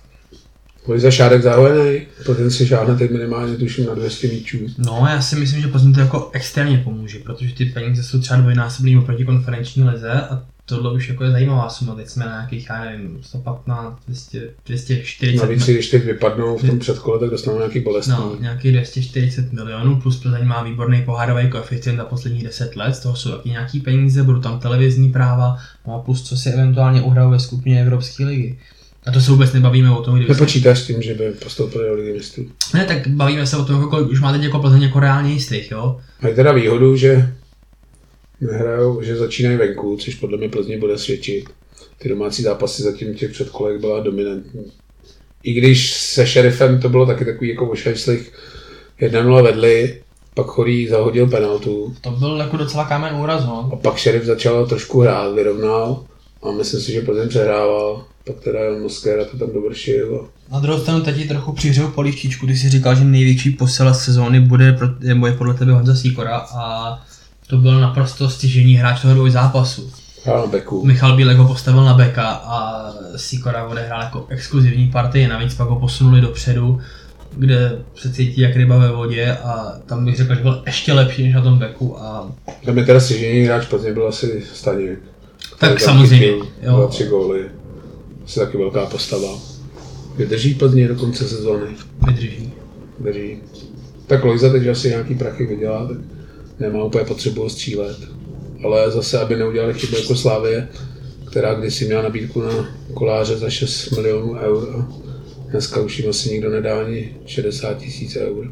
S1: Byl za Šádek záhojený, Plzeň si žádne teď minimálně tuším na 200 míčů.
S2: No, já si myslím, že Plzeň to jako extrémně pomůže, protože ty peníze jsou třeba dvojnásobný oproti konferenční lize a tohle už jako je zajímavá suma. Teď jsme na nějakých, já nevím, 115, 240.
S1: Navíc, když teď vypadnou v tom předkole, tak dostanou nějaký bolestný.
S2: No, nějakých 240 milionů, plus Plzeň má výborný pohárový koeficient za posledních 10 let, z toho jsou taky nějaký peníze, budou tam televizní práva, no a plus co si eventuálně uhrajou ve skupině Evropské ligy. A to se vůbec nebavíme o tom,
S1: nepočítáš s tím, že by postoupili do ligy mistrů?
S2: Ne, tak bavíme se o tom, kolik už máte jako Plzeň jako reálně jistých, jo?
S1: Mají teda výhodu, že nehrajou, že začínají venku, což podle mě Plzni bude svědčit. Ty domácí zápasy zatím těch předkolech byla dominantní. I když se Sheriffem to bylo taky takový jako ošajslých 1-0 vedli, pak Chorý zahodil penaltu.
S2: To byl jako docela kámen úraz, no.
S1: A pak Sheriff začal trošku hrát, vyrovnal a myslím si, že Plzeň přehrával. Pak teda Jan Mosquera to tam dovršil.
S2: Na druhou stranu teď ti trochu přihřeju polívčičku, když jsi říkal, že největší posila sezóny bude podle tebe Honza Sýkora a to byl naprosto stěžejní hráč toho dvou zápasu.
S1: Na beku.
S2: Michal Bílek ho postavil na beka a Sýkora odehrál jako exkluzivní partii, navíc pak ho posunuli dopředu, kde se cítí jak ryba ve vodě a tam bych řekl, že byl ještě lepší než na tom beku. A
S1: tam je teda stěžejní hráč, Plzeň byl asi Staněk.
S2: Tak samozřejmě.
S1: Byla 3 góly. Asi taky velká postava. Vydrží Plzeň do konce sezóny? Vydrží. Tak Lojza teď asi nějaký prachy vydělá, tak nemá úplně potřebu ho střílet. Ale zase, aby neudělali chybu jako Slavie, která kdysi měla nabídku na Koláře za 6 milionů eur a dneska už jim asi nikdo nedá ani 60 000 eur.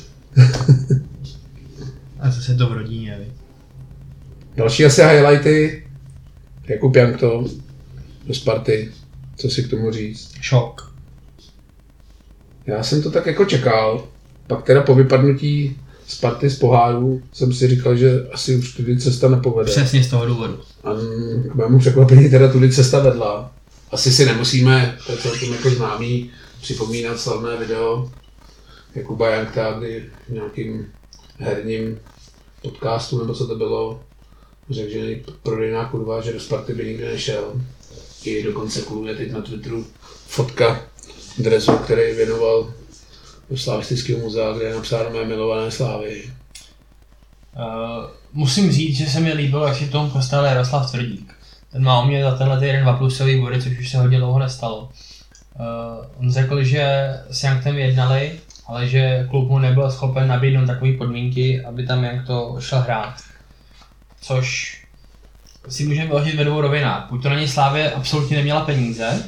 S2: A zase to v rodině, víc.
S1: Další asi highlighty. Jakub Jankto do Sparty. Co si k tomu říct?
S2: Šok.
S1: Já jsem to tak jako čekal. Pak teda po vypadnutí Sparty z poháru jsem si říkal, že asi už tudy cesta nepovede.
S2: Přesně z toho důvodu.
S1: A k mému překvapení teda tudy cesta vedla. Asi si nemusíme, to je celkem jako známý, připomínat slavné video Jakuba Jankta, kdy v nějakým herním podcastu, nebo co to bylo, řekl, že prodejná kurva, že do Sparty by nikdy nešel. I dokonce klub je teď na Twitteru fotka dresu, který věnoval do Slavistického muzea, kde je napsáno mé milované Slávy.
S2: Musím říct, že se mi líbilo, jak si tomu postavil Jaroslav Tvrdík. Ten má u mě za tenhle týden 2 plusový body, což už se hodně dlouho nestalo. On řekl, že s Janktem jednali, ale že klub mu nebyl schopen nabídnout takové podmínky, aby tam Jankto šel hrát. Což si můžeme vyložit ve 2 rovinách. Buď to na něj Slávě absolutně neměla peníze,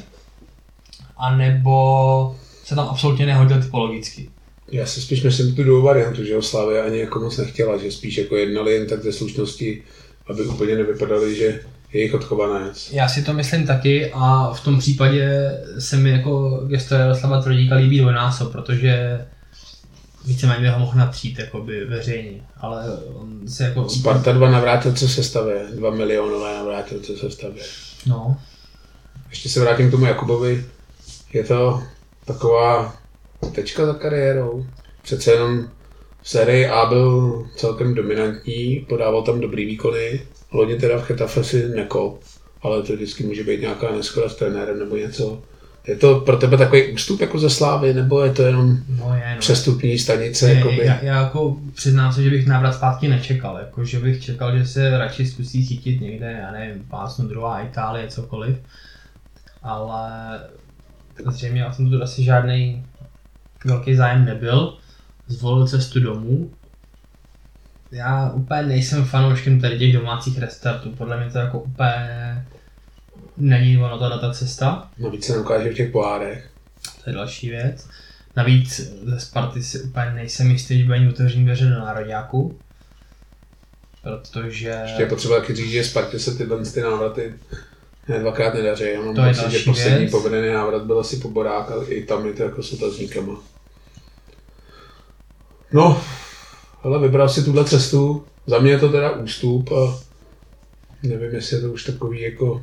S2: anebo se tam absolutně nehodil typologicky.
S1: Já si spíš myslím tu druhou variantu, že ho Slavia ani jako moc nechtěla, že spíš jako jednali jen tak ze slušnosti, aby úplně nevypadali, že je jejich odchovanec.
S2: Já si to myslím taky a v tom případě se mi jako gesto Jaroslava Tvrdíka líbí dvojnásob, protože víceméně ho mohl napřít jakoby veřejně, ale on se jako...
S1: Sparta 2 navrátilce v sestavě, 2 milionové navrátilce v sestavě.
S2: No.
S1: Ještě se vrátím k tomu Jakubovi, je to taková tečka za kariérou. Přece jenom v sérii A byl celkem dominantní, podával tam dobrý výkony, loni teda v Getafe si nekop, ale to vždycky může být nějaká neschoda s trenérem nebo něco. Je to pro tebe takový ústup jako ze Slávy, nebo je to jenom přestupní stanice?
S2: Já jako přiznám se, že bych návrat zpátky nečekal, jako, že bych čekal, že se radši zkusí chytit někde, já nevím, pásnu druhá Itálie, cokoliv, ale zřejmě o tom tu asi žádný velký zájem nebyl, zvolil cestu domů. Já úplně nejsem fanouškem tady těch domácích restartů, podle mě to jako úplně není ono ta cesta.
S1: Navíc se neukáže v těch pohárech.
S2: To je další věc. Navíc ze Sparty si úplně nejsem jistý, že bude ani otevřený dveře do nároďáku. Protože...
S1: Ještě je potřeba taky říct, že Spartě se ty návraty dvakrát nedaří. Já mám
S2: pocit,
S1: že poslední povedený návrat byl asi po Borák, ale i tam je to jako s otazníkama. No, ale vybral si tuhle cestu. Za mě je to teda ústup a nevím, jestli je to už takový jako...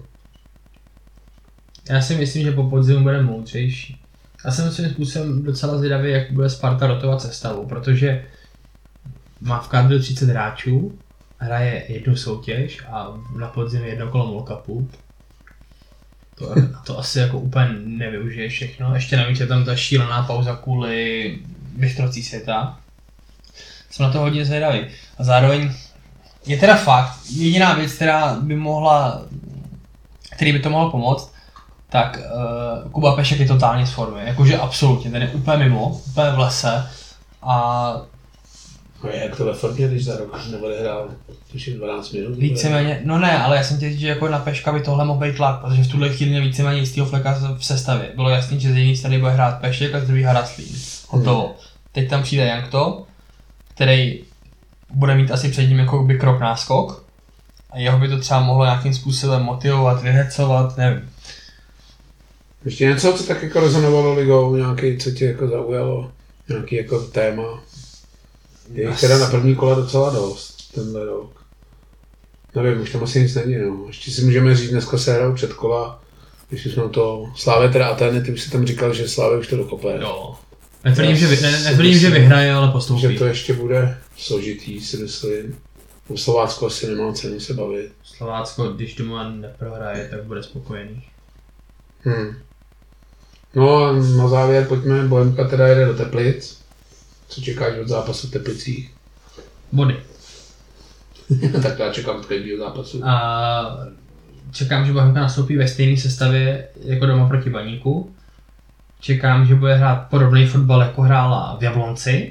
S2: Já si myslím, že po podzimu bude moudřejší. Já jsem svým způsobem docela zvědavý, jak bude Sparta rotovat sestavu, protože má v kádru 30 hráčů, hraje jednu soutěž a na podzim jedno kolo MOL Cupu. To asi jako úplně nevyužije všechno. Ještě navíc je tam ta šílená pauza kvůli mistrovství světa. Jsem na to hodně zvědavý. A zároveň je teda fakt, jediná věc, který by to mohlo pomoct, tak Kuba Pešek je totálně z formy, jakože absolutně, ten je úplně mimo, úplně v lese a...
S1: Jak to ve formě, když za rok nebude hrát, tuším 12 minut?
S2: Víceméně, no ne, ale já jsem chtěl říct, že jako na Peška by tohle mohl být tlak, protože v tuhle chvíli měl víceméně jistýho fleka v sestavě. Bylo jasný, že z jedné strany bude hrát Pešek a z druhé hrát Slín. Hotovo. Teď tam přijde Jankto, který bude mít asi před ním jako by krok náskok a jeho by to třeba mohlo nějakým způsobem motivovat, vyhecovat, nevím.
S1: Ještě něco, co tak jako rezonovalo ligou, nějaký, co tě jako zaujalo, nějaký jako téma? Je jich teda na první kole docela dost, tenhle rok. Nevím, už tam asi nic není, no. Ještě si můžeme říct, dneska se hrajou předkola, když jsme to Slávě teda Atény, ty už si tam říkal, že Slávě už to dokope.
S2: Jo. Netvrdím, že vyhraje, ale postoupí.
S1: Že to ještě bude složitý, si myslím. U Slovácko asi nemá cenu se bavit.
S2: Slovácko, když doma neprohraje, tak bude spokojený.
S1: No a na závěr pojďme, Bohemka teda jede do Teplic. Co čekáš od zápasu v Teplicích?
S2: Body.
S1: Tak to já čekám od každého zápasu.
S2: Čekám, že Bohemka nastoupí ve stejné sestavě jako doma proti Baníku. Čekám, že bude hrát podobný fotbal, jako hrála v Jablonci.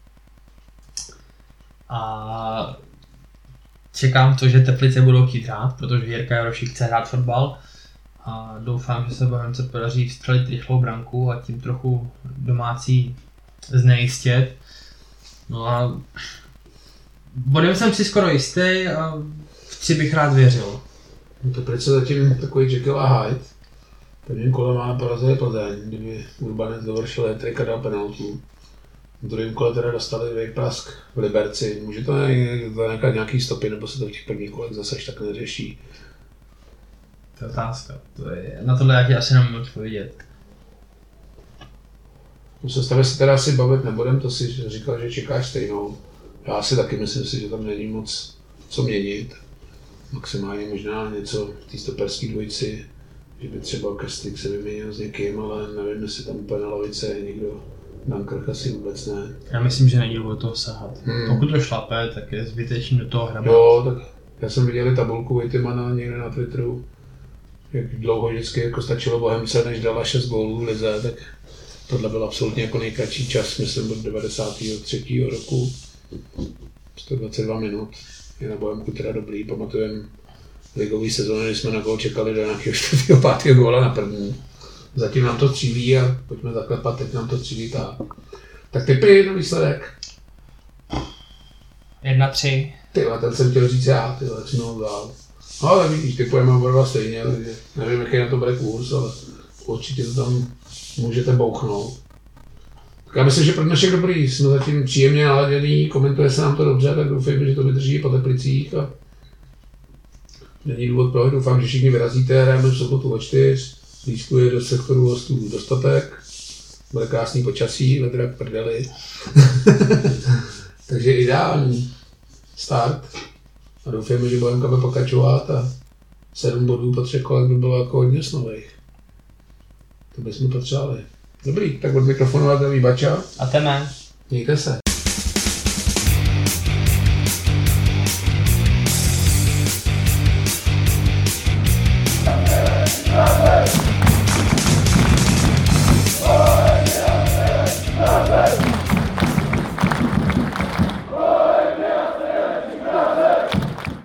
S2: A čekám to, že Teplice budou chtít hrát, protože Jirka Jarošík chce hrát fotbal. A doufám, že se Bohemce podaří vstřelit rychlou branku a tím trochu domácí znejistět. No a bodem jsem si skoro jistý a v 3 bych rád věřil.
S1: Teplice zatím takový Jekyll a Hyde. Prvním kole má porazili Plzeň, kdyby Urbanec dovršil hat-trick a dal penaltu. V druhém kole teda dostali výprask v Liberci. Může to nechat nějaký stopy, nebo se to v těch prvních kolech zase tak neřeší?
S2: To je otázka. Na tohle já ti asi nemůžu odpovědět.
S1: O sestavě se teda asi bavit nebudem, to si říkal, že čekáš stejnou. Já si taky myslím si, že tam není moc co měnit. Maximálně možná něco v té stoperské dvojici, že by třeba Kastik se vyměnil s někým, ale nevím, jestli tam úplně na lavice je někdo. Dunkirk asi vůbec ne.
S2: Já myslím, že není do toho sahat. Pokud to šlape, tak je zbytečný do toho hrabat.
S1: Jo, tak já jsem viděl tabulku Vejtimana někde na Twitteru, jak dlouho vždycky jako stačilo Bohemce, než dala 6 gólů v lize, tak tohle byl absolutně jako nejkratší čas, myslím od 93. roku. 122 minut. Je na Bohemku teda dobrý, pamatujem ligový sezóny, kdy jsme na gól čekali do nějakého 4. 5. góla na první. Zatím nám to střílí a pojďme zaklepat, teď nám to střílí tak. Tak typy na výsledek.
S2: 1-3.
S1: Tyhle, ten jsem chtěl říct já, tyhle, jak jsme ho dál. No, tak vidíš, typujeme oba dva stejně, takže nevím, jaký na to bude kurz, ale určitě to tam můžete bouchnout. Tak já myslím, že pro dnešek dobrý, jsme zatím příjemně naladěný, komentuje se nám to dobře, tak doufejme, že to vydrží po Teplicích a není důvod proč, doufám, že všichni vyrazíte, hrajeme v sobotu o 4, lístku je do sektoru hostů dostatek, bude krásný počasí, vedra k prdeli, takže ideální start a doufejme, že Bohemka bude pokračovat a 7 bodů po 3 kolech by bylo jako hodně snových. To bychom potřebovali. Dobrý, tak od mikrofonu a Bača.
S2: A teme.
S1: Mějte se.